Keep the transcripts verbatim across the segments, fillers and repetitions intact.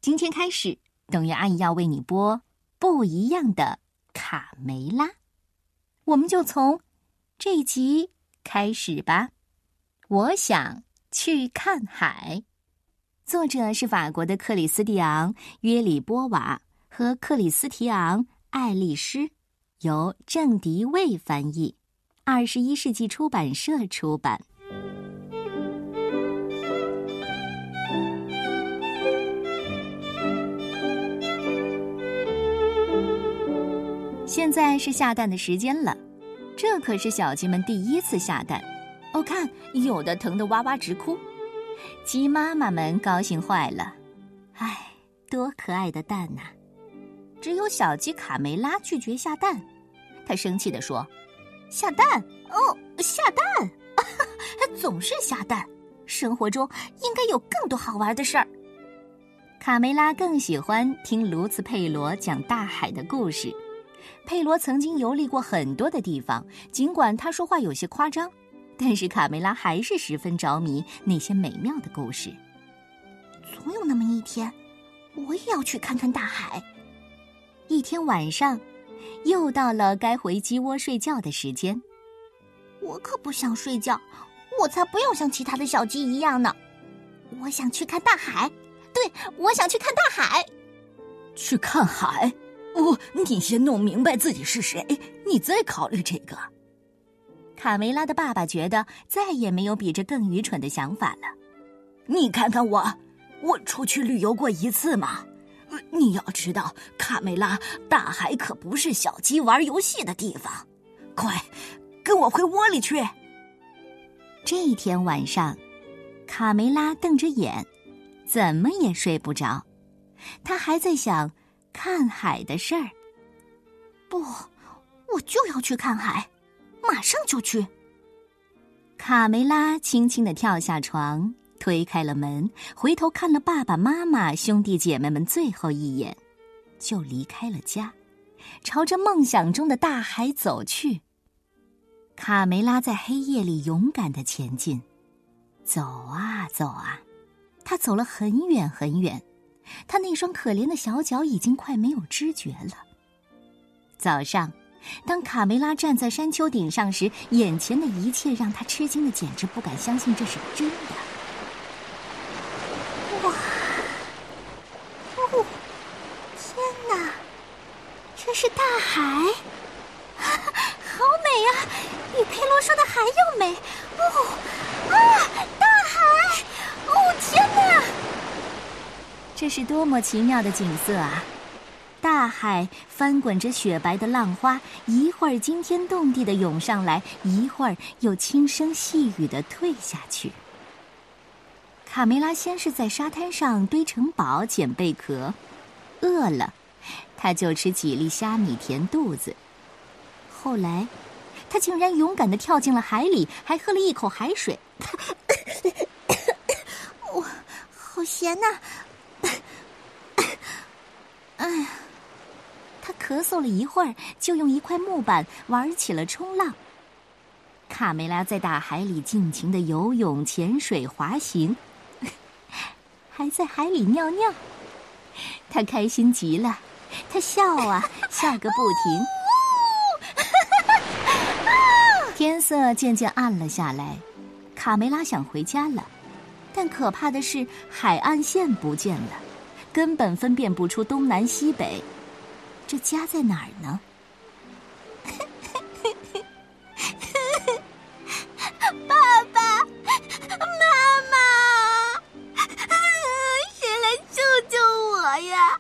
今天开始，董月阿姨要为你播不一样的卡梅拉。我们就从这一集开始吧。我想去看海。作者是法国的克里斯蒂昂·约里波瓦和克里斯提昂·爱丽丝，由郑迪卫翻译，二十一世纪出版社出版。现在是下蛋的时间了，这可是小鸡们第一次下蛋。哦，看，有的疼得哇哇直哭。鸡妈妈们高兴坏了，唉，多可爱的蛋呐！只有小鸡卡梅拉拒绝下蛋，她生气地说：“下蛋？哦，下蛋！总是下蛋，生活中应该有更多好玩的事儿。”卡梅拉更喜欢听卢茨佩罗讲大海的故事。佩罗曾经游历过很多的地方，尽管他说话有些夸张，但是卡梅拉还是十分着迷那些美妙的故事。总有那么一天，我也要去看看大海。一天晚上，又到了该回鸡窝睡觉的时间。我可不想睡觉，我才不要像其他的小鸡一样呢。我想去看大海，对，我想去看大海。 去看海？哦，你先弄明白自己是谁，你再考虑这个。 卡梅拉的爸爸觉得再也没有比这更愚蠢的想法了。 你看看我，我出去旅游过一次嘛。你要知道，卡梅拉，大海可不是小鸡玩游戏的地方。快，跟我回窝里去。 这天晚上，卡梅拉瞪着眼，怎么也睡不着。他还在想看海的事儿。不，我就要去看海，马上就去。卡梅拉轻轻地跳下床，推开了门，回头看了爸爸妈妈、兄弟姐妹们最后一眼，就离开了家，朝着梦想中的大海走去。卡梅拉在黑夜里勇敢地前进，走啊走啊，他走了很远很远，他那双可怜的小脚已经快没有知觉了。早上，当卡梅拉站在山丘顶上时，眼前的一切让他吃惊的简直不敢相信这是真的。哇！哦，天哪，这是大海，好美啊，比佩罗说的还要美。哦啊，大海！哦，天哪！这是多么奇妙的景色啊！大海翻滚着雪白的浪花，一会儿惊天动地地涌上来，一会儿又轻声细语地退下去。卡梅拉先是在沙滩上堆城堡捡贝壳，饿了，他就吃几粒虾米填肚子。后来，他竟然勇敢地跳进了海里，还喝了一口海水。我好咸呐！哎呀，他咳嗽了一会儿，就用一块木板玩起了冲浪。卡梅拉在大海里尽情地游泳、潜水、滑行，还在海里尿尿。他开心极了，他笑啊笑个不停。天色渐渐暗了下来，卡梅拉想回家了，但可怕的是海岸线不见了，根本分辨不出东南西北，这家在哪儿呢？爸爸妈妈，谁来救救我呀？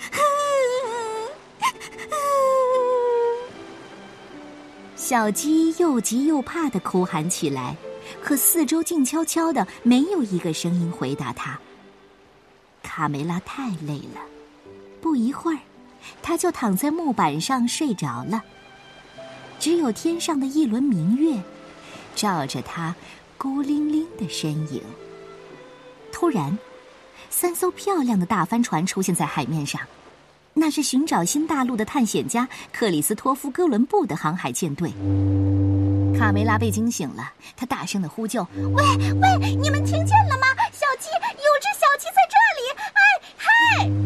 小鸡又急又怕地哭喊起来，可四周静悄悄的，没有一个声音回答它。卡梅拉太累了，不一会儿，他就躺在木板上睡着了。只有天上的一轮明月，照着他孤零零的身影。突然，三艘漂亮的大帆船出现在海面上，那是寻找新大陆的探险家克里斯托夫·哥伦布的航海舰队。卡梅拉被惊醒了，他大声地呼救：“喂喂，你们听见了吗？小鸡，有只小鸡在这里！哎嗨！”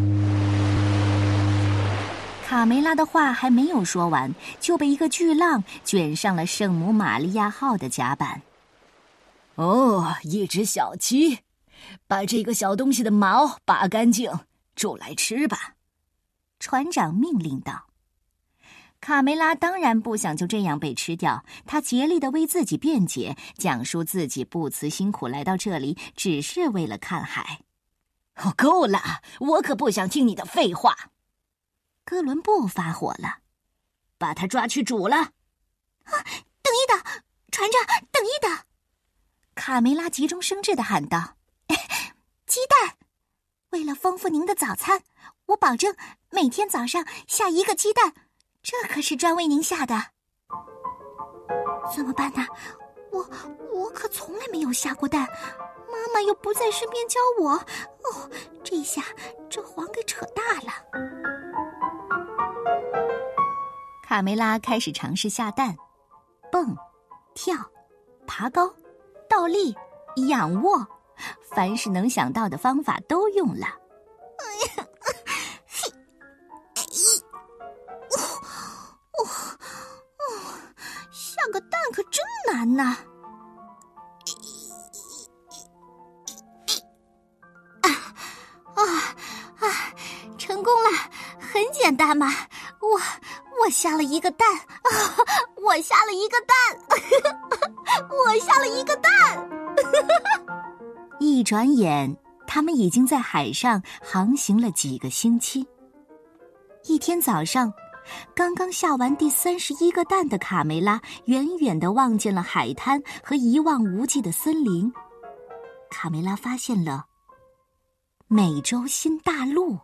卡梅拉的话还没有说完，就被一个巨浪卷上了圣母玛利亚号的甲板。 哦，一只小鸡，把这个小东西的毛拔干净，煮来吃吧。 船长命令道。卡梅拉当然不想就这样被吃掉，他竭力地为自己辩解，讲述自己不辞辛苦来到这里，只是为了看海。 哦，够了，我可不想听你的废话。 哥伦布发火了， 把他抓去煮了。 啊，等一等，船长，等一等！ 卡梅拉急中生智地喊道：“ 鸡蛋！为了丰富您的早餐，我保证每天早上下一个鸡蛋，这可是专为您下的。”怎么办呢？我我可从来没有下过蛋，妈妈又不在身边教我。哦，这下这谎给扯大了。 卡梅拉开始尝试下蛋，蹦、跳、爬高、倒立、仰卧，凡是能想到的方法都用了。 哎呀，嘿，哎，哦哦哦，下个蛋可真难呐！啊啊啊！成功了，很简单嘛，我。我下了一个蛋，啊、我下了一个蛋，我下了一个蛋。 一转眼，他们已经在海上航行了几个星期。一天早上，刚刚下完第三十一个蛋的卡梅拉，远远地望见了海滩和一望无际的森林。卡梅拉发现了美洲新大陆。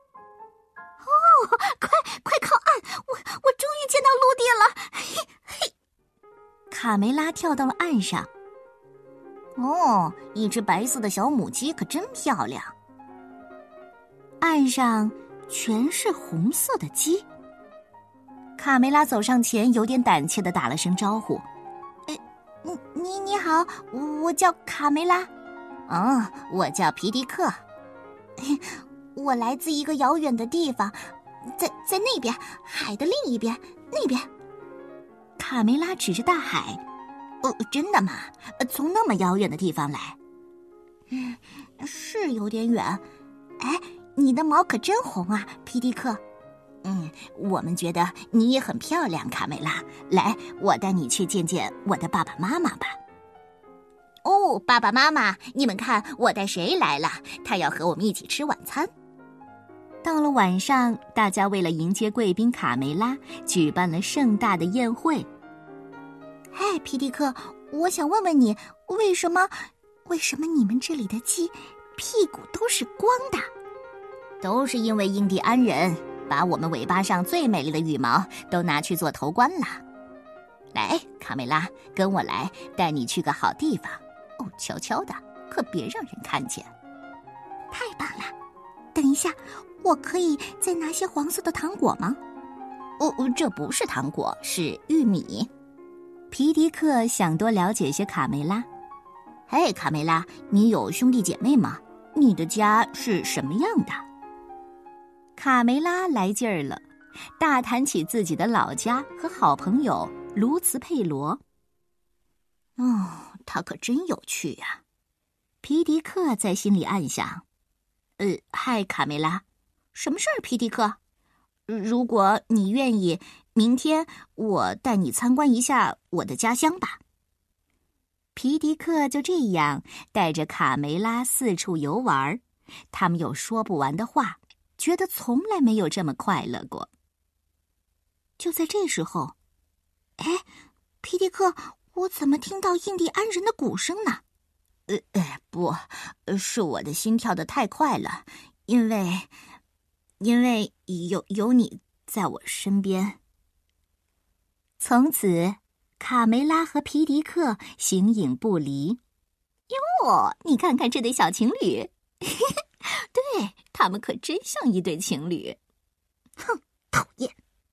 快快靠岸！我我终于见到陆地了！嘿嘿， 卡梅拉跳到了岸上。 哦，一只白色的小母鸡可真漂亮。 岸上全是红色的鸡。卡梅拉走上前，有点胆怯地打了声招呼：“ 哎，你你你好，我叫卡梅拉。 哦，我叫皮迪克。 我来自一个遥远的地方。”在在那边，海的另一边，那边。 卡梅拉指着大海。 哦，真的吗？从那么遥远的地方来？嗯，是有点远。哎，你的毛可真红啊，皮迪克。 嗯，我们觉得你也很漂亮，卡梅拉。来，我带你去见见我的爸爸妈妈吧。 哦，爸爸妈妈，你们看我带谁来了？他要和我们一起吃晚餐。 到了晚上，大家为了迎接贵宾卡梅拉，举办了盛大的宴会。 哎，皮迪克，我想问问你，为什么，为什么你们这里的鸡屁股都是光的？ 都是因为印第安人把我们尾巴上最美丽的羽毛都拿去做头冠了。来，卡梅拉，跟我来，带你去个好地方。哦，悄悄的，可别让人看见。 太棒了！等一下，我可以再拿些黄色的糖果吗？ 哦，这不是糖果，是玉米。皮迪克想多了解些卡梅拉。嘿，卡梅拉，你有兄弟姐妹吗？你的家是什么样的？卡梅拉来劲儿了，大谈起自己的老家和好朋友卢茨佩罗。哦，他可真有趣呀、啊！皮迪克在心里暗想。呃，嗨，卡梅拉， 什么事儿，皮迪克？ 如果你愿意，明天我带你参观一下我的家乡吧。皮迪克就这样带着卡梅拉四处游玩，他们有说不完的话，觉得从来没有这么快乐过。就在这时候， 哎，皮迪克，我怎么听到印第安人的鼓声呢？ 呃呃，不，是我的心跳得太快了，因为，因为有有你在我身边。从此，卡梅拉和皮迪克形影不离。哟，你看看这对小情侣，对，他们可真像一对情侣。 哼，讨厌！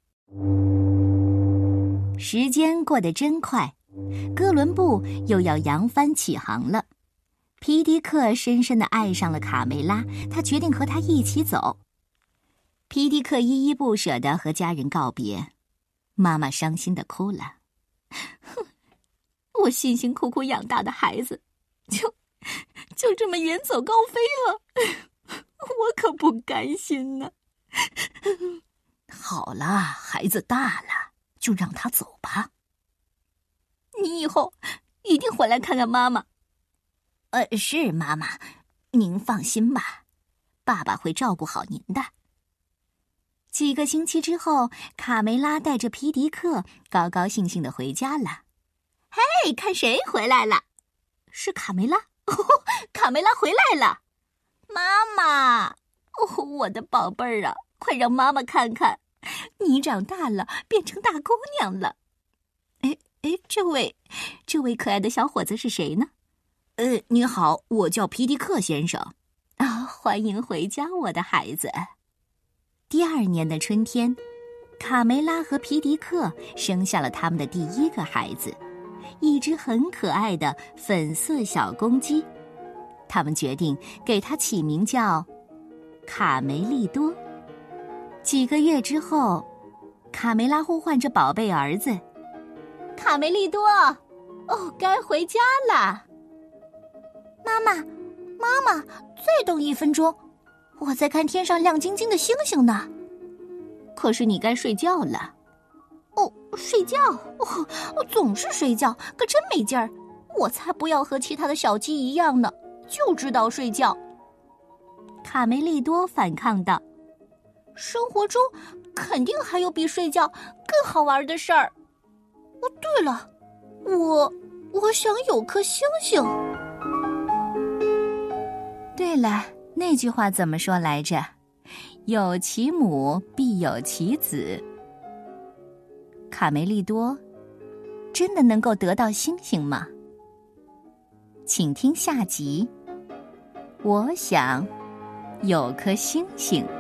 时间过得真快，哥伦布又要扬帆起航了。皮迪克深深地爱上了卡梅拉，他决定和她一起走。 皮迪克依依不舍地和家人告别，妈妈伤心地哭了。哼，我辛辛苦苦养大的孩子，就就这么远走高飞了，我可不甘心呢。 好啦，孩子大了，就让他走吧。 你以后一定回来看看妈妈。 呃，是妈妈，您放心吧，爸爸会照顾好您的。 几个星期之后，卡梅拉带着皮迪克高高兴兴地回家了。嘿，看谁回来了？是卡梅拉。哦，卡梅拉回来了。妈妈，哦，我的宝贝儿啊，快让妈妈看看，你长大了，变成大姑娘了。哎哎，这位这位可爱的小伙子是谁呢？ 呃，你好，我叫皮迪克先生。 啊，欢迎回家，我的孩子。第二年的春天，卡梅拉和皮迪克生下了他们的第一个孩子，一只很可爱的粉色小公鸡。他们决定给它起名叫卡梅利多。几个月之后，卡梅拉呼唤着宝贝儿子：“卡梅利多，哦，该回家了。” 妈妈，妈妈，再等一分钟，我在看天上亮晶晶的星星呢。 可是你该睡觉了。 哦，睡觉？哦，总是睡觉，可真没劲儿。我才不要和其他的小鸡一样呢，就知道睡觉。 卡梅利多反抗道：“ 生活中肯定还有比睡觉更好玩的事儿。哦，对了，我我想有颗星星。” 对了，那句话怎么说来着？有其母必有其子。卡梅利多真的能够得到星星吗？请听下集。我想有颗星星。